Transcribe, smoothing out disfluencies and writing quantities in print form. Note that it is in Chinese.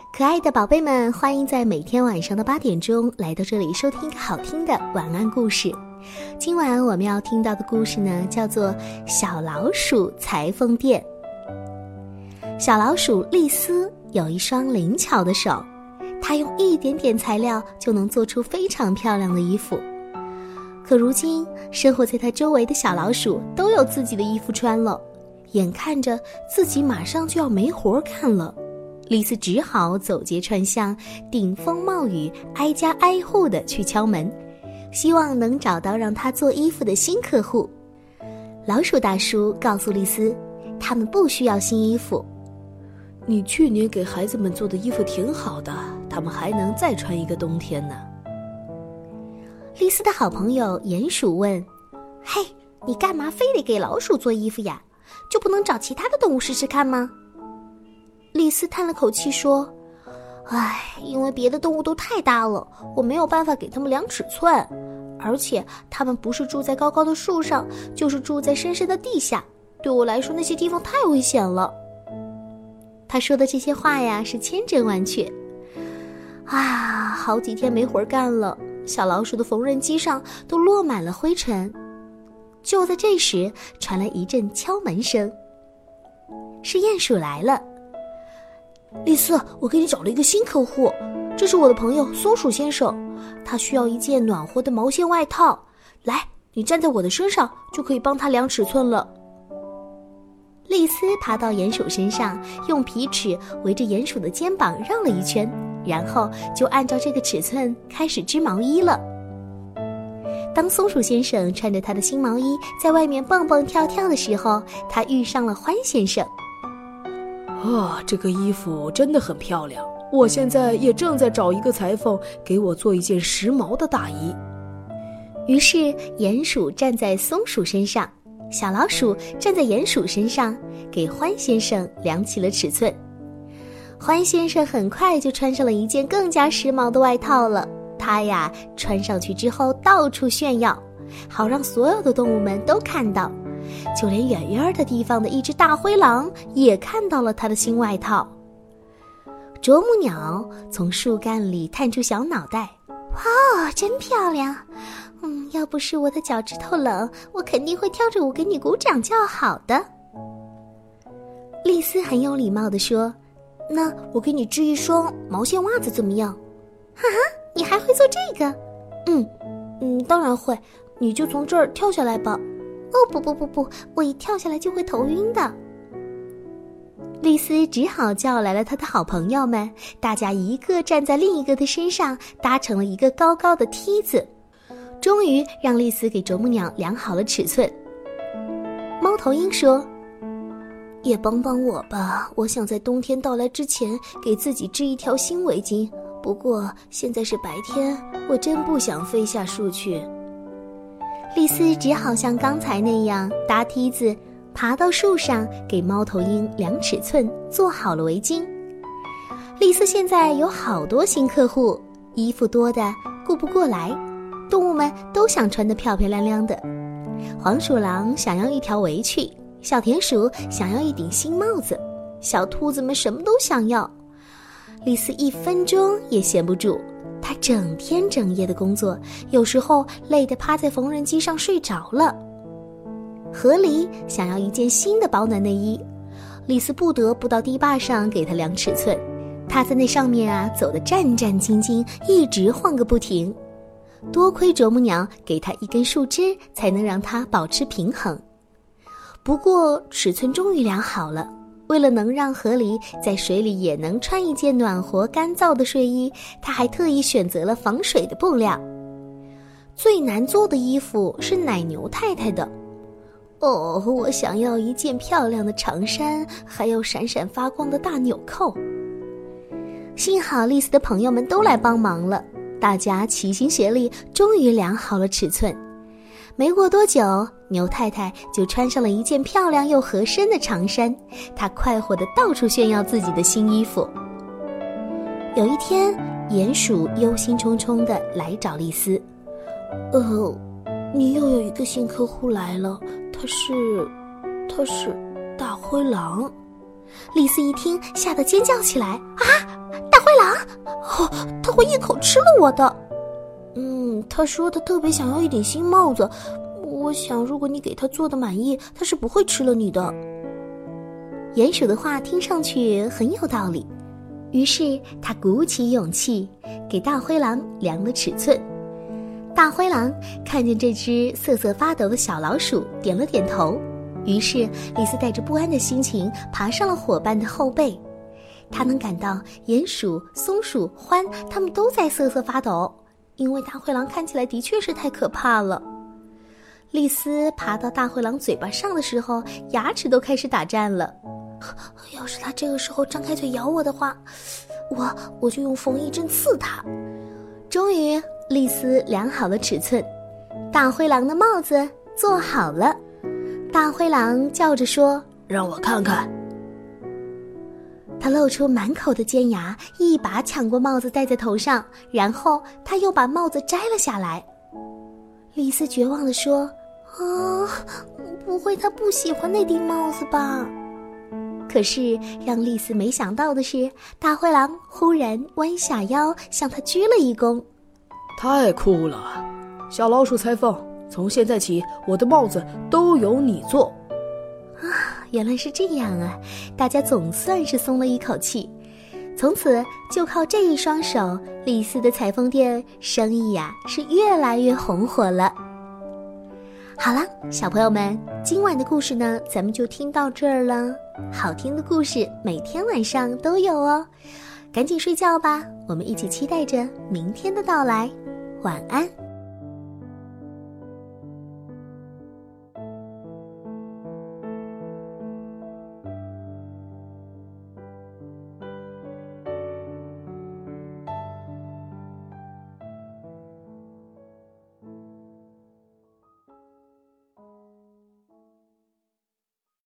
可爱的宝贝们，欢迎在每天晚上的8点钟来到这里收听一个好听的晚安故事。今晚我们要听到的故事呢，叫做小老鼠裁缝店。小老鼠丽丝有一双灵巧的手，她用一点点材料就能做出非常漂亮的衣服。可如今生活在她周围的小老鼠都有自己的衣服穿了，眼看着自己马上就要没活干了，丽丝只好走街串巷，顶风冒雨，挨家挨户地去敲门，希望能找到让她做衣服的新客户。老鼠大叔告诉丽丝，他们不需要新衣服。 你去年给孩子们做的衣服挺好的，他们还能再穿一个冬天呢。 丽丝的好朋友鼹鼠问，嘿，你干嘛非得给老鼠做衣服呀？就不能找其他的动物试试看吗？丽丝叹了口气说，因为别的动物都太大了，我没有办法给它们量尺寸，而且它们不是住在高高的树上，就是住在深深的地下，对我来说那些地方太危险了。她说的这些话呀，是千真万确。好几天没活干了，小老鼠的缝纫机上都落满了灰尘。就在这时，传来一阵敲门声，是鼹鼠来了。 丽丝，我给你找了一个新客户，这是我的朋友松鼠先生，他需要一件暖和的毛线外套，来，你站在我的身上就可以帮他量尺寸了。 丽丝爬到鼹鼠身上，用皮尺围着鼹鼠的肩膀绕了一圈，然后就按照这个尺寸开始织毛衣了。当松鼠先生穿着他的新毛衣在外面蹦蹦跳跳的时候，他遇上了獾先生。 这个衣服真的很漂亮，我现在也正在找一个裁缝给我做一件时髦的大衣。 于是鼹鼠站在松鼠身上，小老鼠站在鼹鼠身上，给獾先生量起了尺寸。獾先生很快就穿上了一件更加时髦的外套了，他呀穿上去之后到处炫耀，好让所有的动物们都看到，就连远远的地方的一只大灰狼也看到了他的新外套。啄木鸟从树干里探出小脑袋，哇，真漂亮！要不是我的脚趾头冷，我肯定会跳着舞给你鼓掌叫好的。丽丝很有礼貌地说，那我给你织一双毛线袜子怎么样？你还会做这个？当然会，你就从这儿跳下来吧。不，我一跳下来就会头晕的。丽丝只好叫来了她的好朋友们，大家一个站在另一个的身上，搭成了一个高高的梯子，终于让丽丝给啄木鸟量好了尺寸。猫头鹰说，也帮帮我吧，我想在冬天到来之前给自己织一条新围巾，不过现在是白天，我真不想飞下树去。丽丝只好像刚才那样搭梯子爬到树上，给猫头鹰量尺寸，做好了围巾。丽丝现在有好多新客户，衣服多的顾不过来，动物们都想穿得漂漂亮亮的。黄鼠狼想要一条围裙，小田鼠想要一顶新帽子，小兔子们什么都想要。丽丝1分钟也闲不住，她整天整夜的工作，有时候累得趴在缝纫机上睡着了。河狸想要一件新的保暖内衣，丽丝不得不到堤坝上给她量尺寸，她在那上面走得战战兢兢，一直晃个不停。多亏啄木鸟给她一根树枝，才能让她保持平衡。不过尺寸终于量好了，为了能让河狸在水里也能穿一件暖和干燥的睡衣，她还特意选择了防水的布料。最难做的衣服是奶牛太太的。我想要一件漂亮的长衫，还有闪闪发光的大纽扣。幸好丽丝的朋友们都来帮忙了，大家齐心协力，终于量好了尺寸。没过多久，牛太太就穿上了一件漂亮又合身的长衫，她快活地到处炫耀自己的新衣服。有一天，鼹鼠忧心忡忡地来找丽丝，你又有一个新客户来了，他是大灰狼。丽丝一听，吓得尖叫起来，大灰狼！哦，他会一口吃了我的。他说他特别想要一顶新帽子，我想如果你给他做的满意，他是不会吃了你的。 鼹鼠的话听上去很有道理，于是他鼓起勇气给大灰狼量了尺寸。大灰狼看见这只瑟瑟发抖的小老鼠，点了点头。于是丽丝带着不安的心情爬上了伙伴的后背。她能感到鼹鼠、松鼠、獾它们都在瑟瑟发抖，因为大灰狼看起来的确是太可怕了。丽丝爬到大灰狼嘴巴上的时候，牙齿都开始打颤了。 要是他这个时候张开嘴咬我的话，我就用缝衣针刺他。 终于丽丝量好了尺寸，大灰狼的帽子做好了。大灰狼叫着说：“ 让我看看。” 他露出满口的尖牙，一把抢过帽子戴在头上，然后他又把帽子摘了下来。丽丝绝望地说：“ 不会他不喜欢那顶帽子吧？” 可是让丽丝没想到的是，大灰狼忽然弯下腰向他鞠了一躬。 太酷了，小老鼠裁缝，从现在起我的帽子都由你做。 原来是这样啊，大家总算是松了一口气。从此就靠这一双手，丽丝的裁缝店生意是越来越红火了。好了，小朋友们，今晚的故事呢，咱们就听到这儿了。好听的故事每天晚上都有哦，赶紧睡觉吧，我们一起期待着明天的到来。晚安。